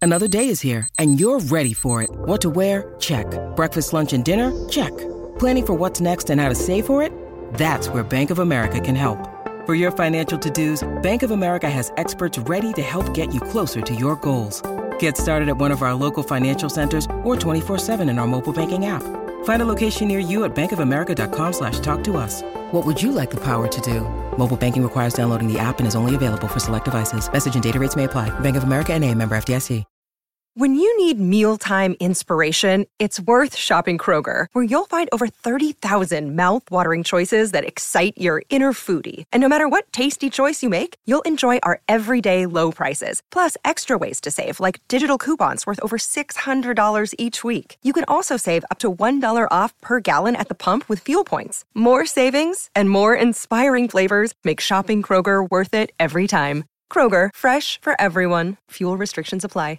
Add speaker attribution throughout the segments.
Speaker 1: Another day is here, and you're ready for it. What to wear? Check. Breakfast, lunch, and dinner? Check. Planning for what's next and how to save for it? That's where Bank of America can help. For your financial to-dos, Bank of America has experts ready to help get you closer to your goals. Get started at one of our local financial centers or 24/7 in our mobile banking app. Find a location near you at bankofamerica.com/talktous. What would you like the power to do? Mobile banking requires downloading the app and is only available for select devices. Message and data rates may apply. Bank of America N.A., member FDIC.
Speaker 2: When you need mealtime inspiration, it's worth shopping Kroger, where you'll find over 30,000 mouth-watering choices that excite your inner foodie. And no matter what tasty choice you make, you'll enjoy our everyday low prices, plus extra ways to save, like digital coupons worth over $600 each week. You can also save up to $1 off per gallon at the pump with fuel points. More savings and more inspiring flavors make shopping Kroger worth it every time. Kroger, fresh for everyone. Fuel restrictions apply.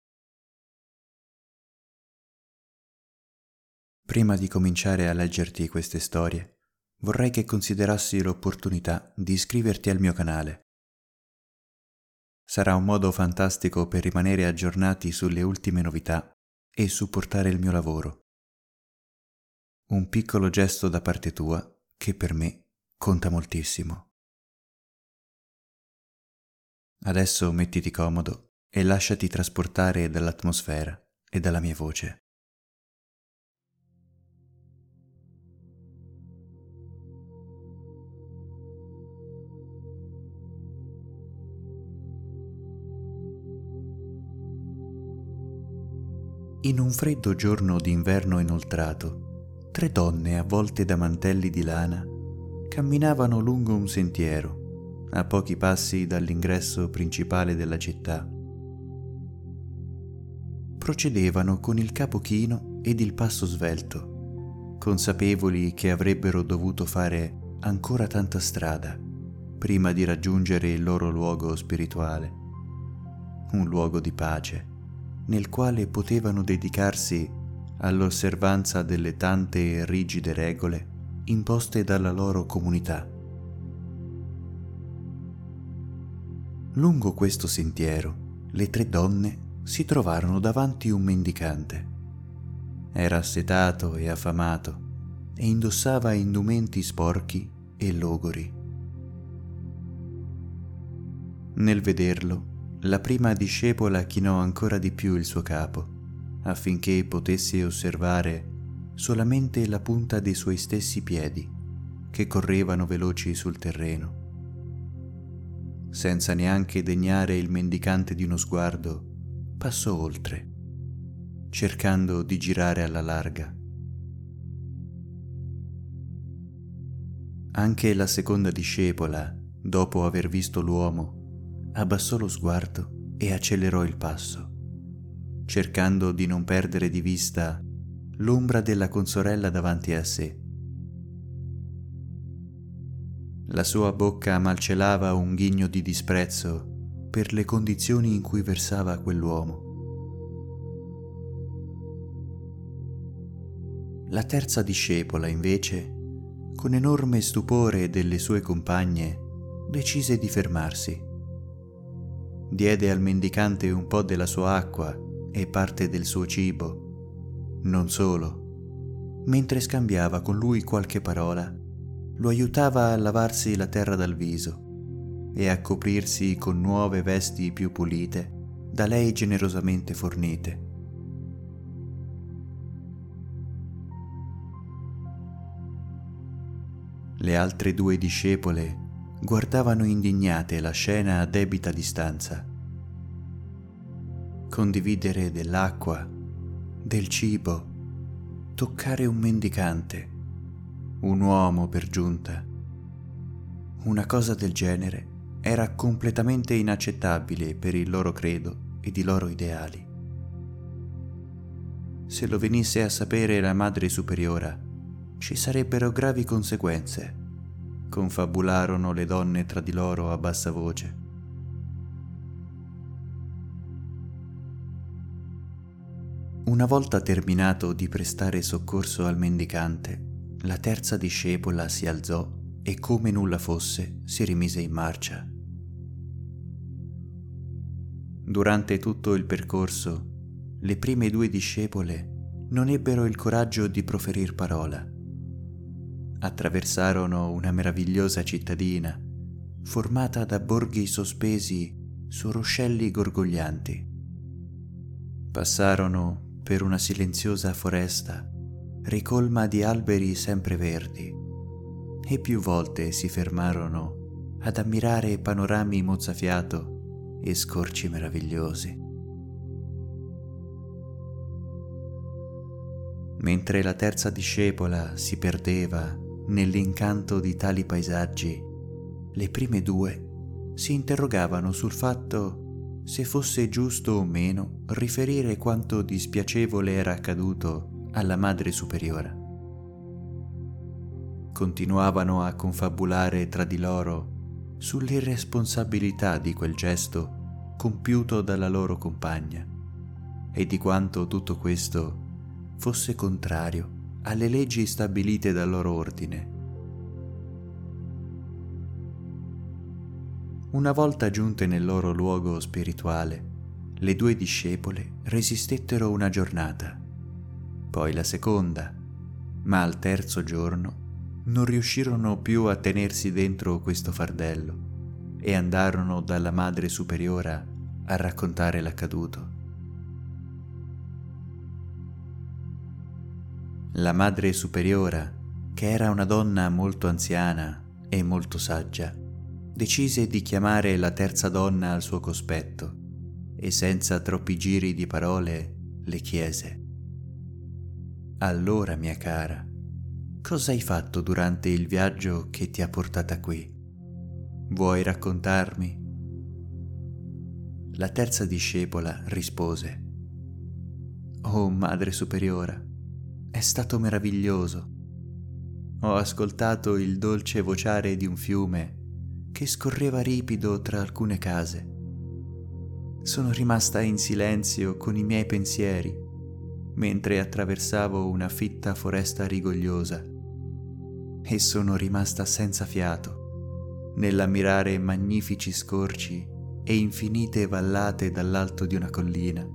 Speaker 3: Prima di cominciare a leggerti queste storie, vorrei che considerassi l'opportunità di iscriverti al mio canale. Sarà un modo fantastico per rimanere aggiornati sulle ultime novità e supportare il mio lavoro. Un piccolo gesto da parte tua che per me conta moltissimo. Adesso mettiti comodo e lasciati trasportare dall'atmosfera e dalla mia voce. In un freddo giorno d'inverno inoltrato, 3 donne avvolte da mantelli di lana camminavano lungo un sentiero, a pochi passi dall'ingresso principale della città. Procedevano con il capo chino ed il passo svelto, consapevoli che avrebbero dovuto fare ancora tanta strada prima di raggiungere il loro luogo spirituale, un luogo di pace, nel quale potevano dedicarsi all'osservanza delle tante e rigide regole imposte dalla loro comunità. Lungo questo sentiero, le 3 donne si trovarono davanti un mendicante. Era assetato e affamato e indossava indumenti sporchi e logori. Nel vederlo, la prima discepola chinò ancora di più il suo capo, affinché potesse osservare solamente la punta dei suoi stessi piedi, che correvano veloci sul terreno. Senza neanche degnare il mendicante di uno sguardo, passò oltre, cercando di girare alla larga. Anche la seconda discepola, dopo aver visto l'uomo, abbassò lo sguardo e accelerò il passo, cercando di non perdere di vista l'ombra della consorella davanti a sé. La sua bocca malcelava un ghigno di disprezzo per le condizioni in cui versava quell'uomo. La terza discepola, invece, con enorme stupore delle sue compagne, decise di fermarsi. Diede al mendicante un po' della sua acqua e parte del suo cibo. Non solo, mentre scambiava con lui qualche parola, lo aiutava a lavarsi la terra dal viso e a coprirsi con nuove vesti più pulite da lei generosamente fornite. Le altre 2 discepole guardavano indignate la scena a debita distanza. Condividere dell'acqua, del cibo, toccare un mendicante, un uomo per giunta. Una cosa del genere era completamente inaccettabile per il loro credo ed i loro ideali. Se lo venisse a sapere la Madre Superiora, ci sarebbero gravi conseguenze, confabularono le donne tra di loro a bassa voce. Una volta terminato di prestare soccorso al mendicante, la terza discepola si alzò e, come nulla fosse, si rimise in marcia. Durante tutto il percorso, le prime 2 discepole non ebbero il coraggio di proferir parola. Attraversarono una meravigliosa cittadina, formata da borghi sospesi su ruscelli gorgoglianti. Passarono per una silenziosa foresta, ricolma di alberi sempreverdi, e più volte si fermarono ad ammirare panorami mozzafiato e scorci meravigliosi. Mentre la terza discepola si perdeva nell'incanto di tali paesaggi, le prime 2 si interrogavano sul fatto se fosse giusto o meno riferire quanto di spiacevole era accaduto alla Madre Superiora. Continuavano a confabulare tra di loro sull'irresponsabilità di quel gesto compiuto dalla loro compagna e di quanto tutto questo fosse contrario alle leggi stabilite dal loro ordine. Una volta giunte nel loro luogo spirituale, le 2 discepole resistettero una giornata, poi la seconda, ma al terzo giorno non riuscirono più a tenersi dentro questo fardello e andarono dalla Madre Superiora a raccontare l'accaduto. La Madre Superiora, che era una donna molto anziana e molto saggia, decise di chiamare la terza donna al suo cospetto e senza troppi giri di parole le chiese: «Allora, mia cara, cosa hai fatto durante il viaggio che ti ha portata qui? Vuoi raccontarmi?» La terza discepola rispose: «Oh, Madre Superiora, è stato meraviglioso. Ho ascoltato il dolce vociare di un fiume che scorreva ripido tra alcune case. Sono rimasta in silenzio con i miei pensieri mentre attraversavo una fitta foresta rigogliosa e sono rimasta senza fiato nell'ammirare magnifici scorci e infinite vallate dall'alto di una collina.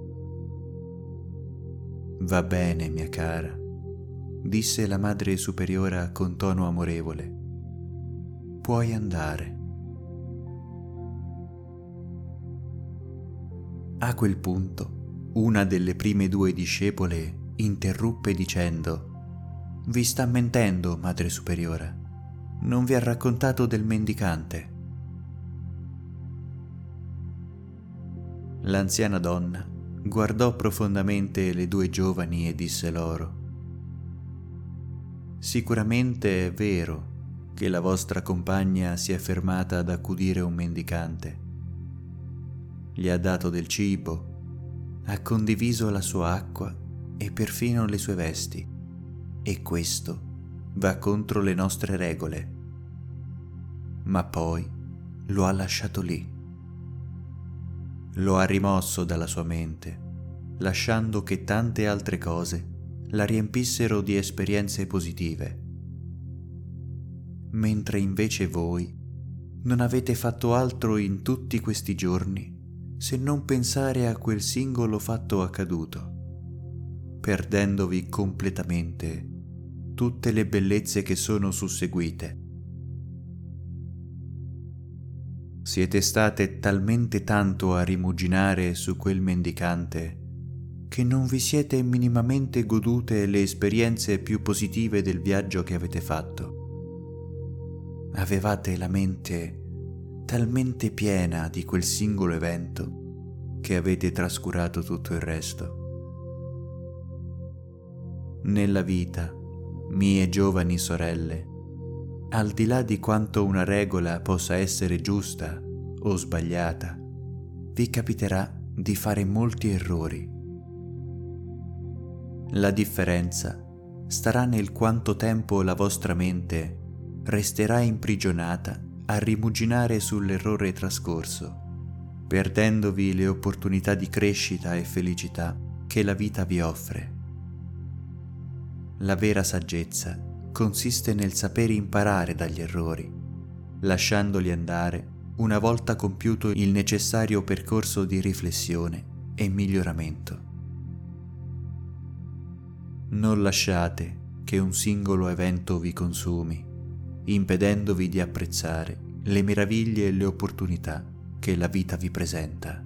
Speaker 3: Va bene, mia cara, disse la Madre Superiora con tono amorevole. Puoi andare. A quel punto, una delle prime 2 discepole interruppe dicendo: «Vi sta mentendo, Madre Superiora. Non vi ha raccontato del mendicante». L'anziana donna guardò profondamente le 2 giovani e disse loro: «Sicuramente è vero che la vostra compagna si è fermata ad accudire un mendicante. Gli ha dato del cibo, ha condiviso la sua acqua e perfino le sue vesti, e questo va contro le nostre regole. Ma poi lo ha lasciato lì. Lo ha rimosso dalla sua mente, lasciando che tante altre cose la riempissero di esperienze positive. Mentre invece voi non avete fatto altro in tutti questi giorni se non pensare a quel singolo fatto accaduto, perdendovi completamente tutte le bellezze che sono susseguite. Siete state talmente tanto a rimuginare su quel mendicante che non vi siete minimamente godute le esperienze più positive del viaggio che avete fatto. Avevate la mente talmente piena di quel singolo evento che avete trascurato tutto il resto. Nella vita, mie giovani sorelle, al di là di quanto una regola possa essere giusta o sbagliata, vi capiterà di fare molti errori. La differenza starà nel quanto tempo la vostra mente resterà imprigionata a rimuginare sull'errore trascorso, perdendovi le opportunità di crescita e felicità che la vita vi offre. La vera saggezza consiste nel saper imparare dagli errori, lasciandoli andare una volta compiuto il necessario percorso di riflessione e miglioramento. Non lasciate che un singolo evento vi consumi, impedendovi di apprezzare le meraviglie e le opportunità che la vita vi presenta.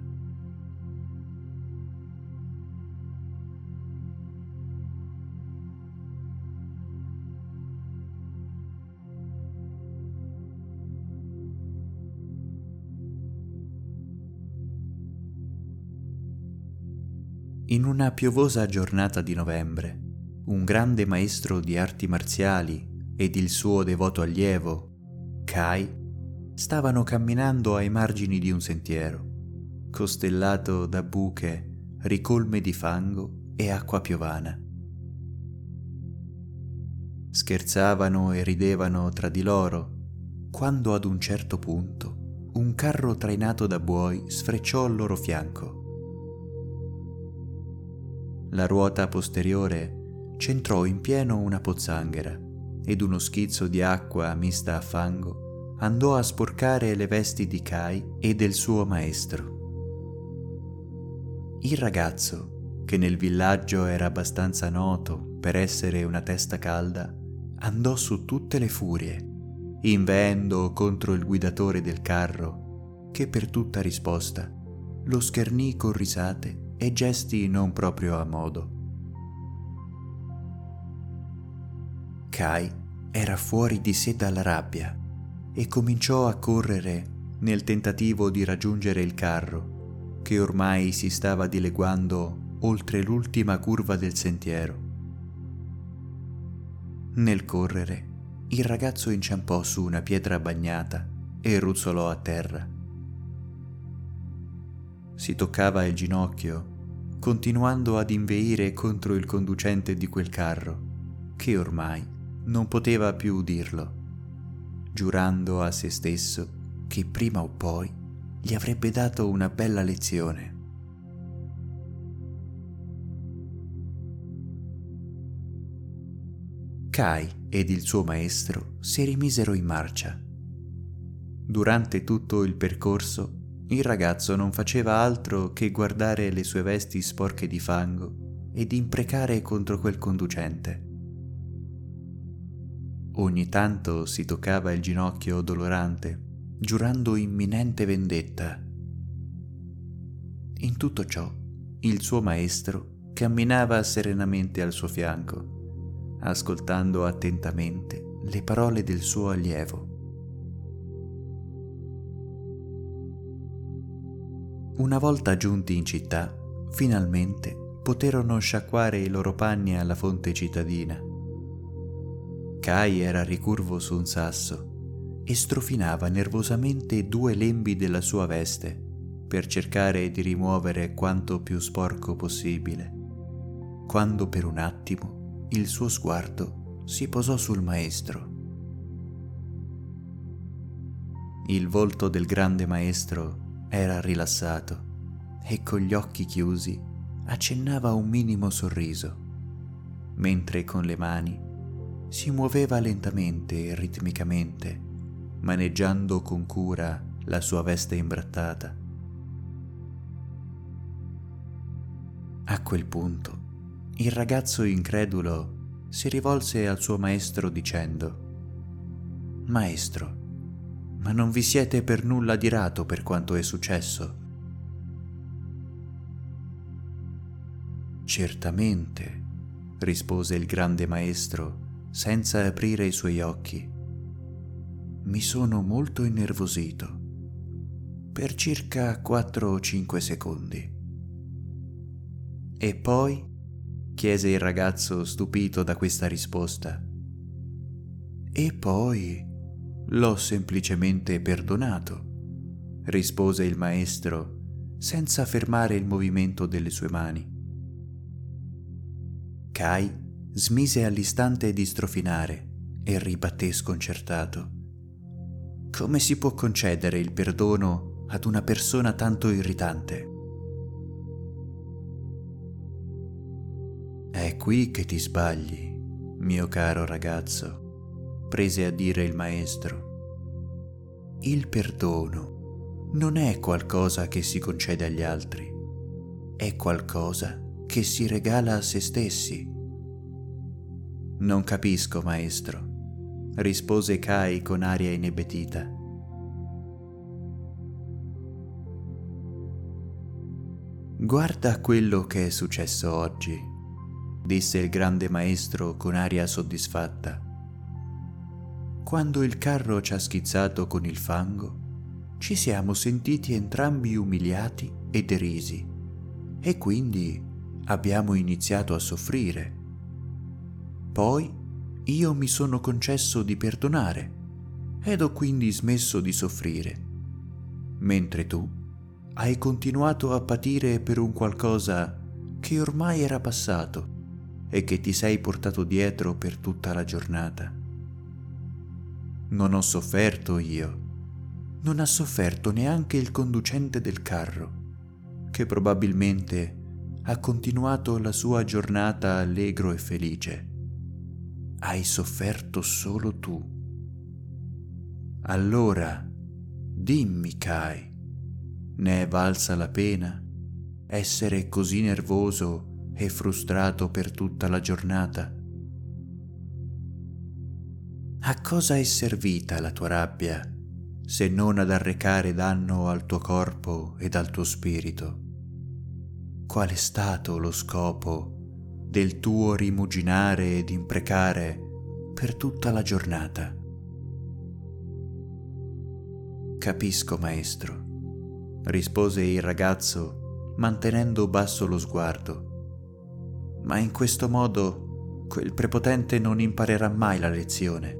Speaker 3: In una piovosa giornata di novembre, un grande maestro di arti marziali ed il suo devoto allievo, Kai, stavano camminando ai margini di un sentiero, costellato da buche ricolme di fango e acqua piovana. Scherzavano e ridevano tra di loro, quando ad un certo punto un carro trainato da buoi sfrecciò al loro fianco. La ruota posteriore centrò in pieno una pozzanghera ed uno schizzo di acqua mista a fango andò a sporcare le vesti di Kai e del suo maestro. Il ragazzo, che nel villaggio era abbastanza noto per essere una testa calda, andò su tutte le furie, inveendo contro il guidatore del carro, che per tutta risposta lo schernì con risate e gesti non proprio a modo. Kai era fuori di sé dalla rabbia e cominciò a correre nel tentativo di raggiungere il carro, che ormai si stava dileguando oltre l'ultima curva del sentiero. Nel correre, il ragazzo inciampò su una pietra bagnata e ruzzolò a terra. Si toccava il ginocchio, continuando ad inveire contro il conducente di quel carro, che ormai non poteva più udirlo, giurando a se stesso che prima o poi gli avrebbe dato una bella lezione. Kai ed il suo maestro si rimisero in marcia. Durante tutto il percorso, il ragazzo non faceva altro che guardare le sue vesti sporche di fango ed imprecare contro quel conducente. Ogni tanto si toccava il ginocchio dolorante, giurando imminente vendetta. In tutto ciò, il suo maestro camminava serenamente al suo fianco, ascoltando attentamente le parole del suo allievo. Una volta giunti in città, finalmente poterono sciacquare i loro panni alla fonte cittadina. Kai era ricurvo su un sasso e strofinava nervosamente 2 lembi della sua veste per cercare di rimuovere quanto più sporco possibile, quando per un attimo il suo sguardo si posò sul maestro. Il volto del grande maestro era rilassato e con gli occhi chiusi accennava un minimo sorriso, mentre con le mani si muoveva lentamente e ritmicamente, maneggiando con cura la sua veste imbrattata. A quel punto, il ragazzo incredulo si rivolse al suo maestro dicendo: «Maestro, ma non vi siete per nulla adirato per quanto è successo?» «Certamente», rispose il grande maestro senza aprire i suoi occhi. «Mi sono molto innervosito, per circa 4 o 5 secondi». «E poi?» chiese il ragazzo stupito da questa risposta. «E poi l'ho semplicemente perdonato», rispose il maestro senza fermare il movimento delle sue mani. Kai smise all'istante di strofinare e ribatté sconcertato. Come si può concedere il perdono ad una persona tanto irritante? «È qui che ti sbagli, mio caro ragazzo», prese a dire il maestro. «Il perdono non è qualcosa che si concede agli altri, è qualcosa che si regala a se stessi. Non capisco, maestro, rispose Kai con aria inebetita. Guarda quello che è successo oggi, disse il grande maestro con aria soddisfatta. Quando il carro ci ha schizzato con il fango, ci siamo sentiti entrambi umiliati e derisi, e quindi abbiamo iniziato a soffrire. Poi io mi sono concesso di perdonare ed ho quindi smesso di soffrire, mentre tu hai continuato a patire per un qualcosa che ormai era passato e che ti sei portato dietro per tutta la giornata. Non ho sofferto io, non ha sofferto neanche il conducente del carro, che probabilmente ha continuato la sua giornata allegro e felice. Hai sofferto solo tu. Allora, dimmi, Kai, ne è valsa la pena essere così nervoso e frustrato per tutta la giornata? A cosa è servita la tua rabbia se non ad arrecare danno al tuo corpo ed al tuo spirito? Qual è stato lo scopo del tuo rimuginare ed imprecare per tutta la giornata? Capisco, maestro, rispose il ragazzo mantenendo basso lo sguardo, ma in questo modo quel prepotente non imparerà mai la lezione.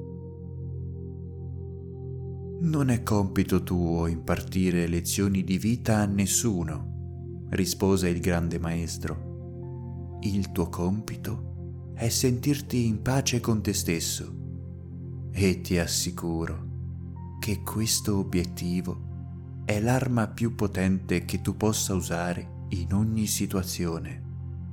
Speaker 3: Non è compito tuo impartire lezioni di vita a nessuno, rispose il grande maestro. Il tuo compito è sentirti in pace con te stesso e ti assicuro che questo obiettivo è l'arma più potente che tu possa usare in ogni situazione.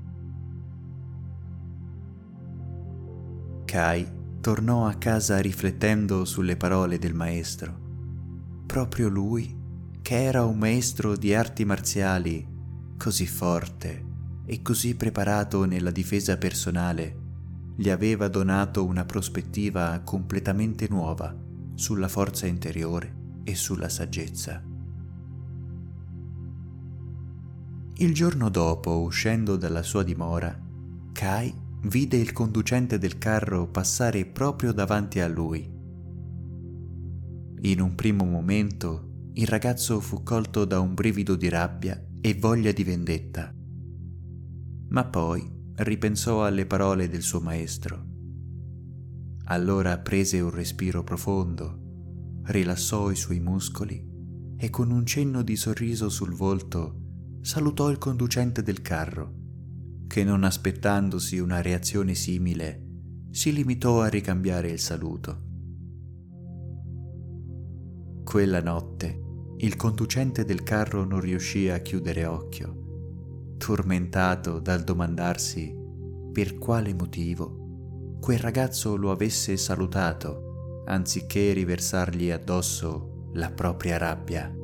Speaker 3: Kai tornò a casa riflettendo sulle parole del maestro. Proprio lui, che era un maestro di arti marziali così forte e così preparato nella difesa personale, gli aveva donato una prospettiva completamente nuova sulla forza interiore e sulla saggezza. Il giorno dopo, uscendo dalla sua dimora, Kai vide il conducente del carro passare proprio davanti a lui. In un primo momento il ragazzo fu colto da un brivido di rabbia e voglia di vendetta, ma poi ripensò alle parole del suo maestro. Allora prese un respiro profondo, rilassò i suoi muscoli e con un cenno di sorriso sul volto salutò il conducente del carro, che non aspettandosi una reazione simile, si limitò a ricambiare il saluto. Quella notte il conducente del carro non riuscì a chiudere occhio, tormentato dal domandarsi per quale motivo quel ragazzo lo avesse salutato anziché riversargli addosso la propria rabbia.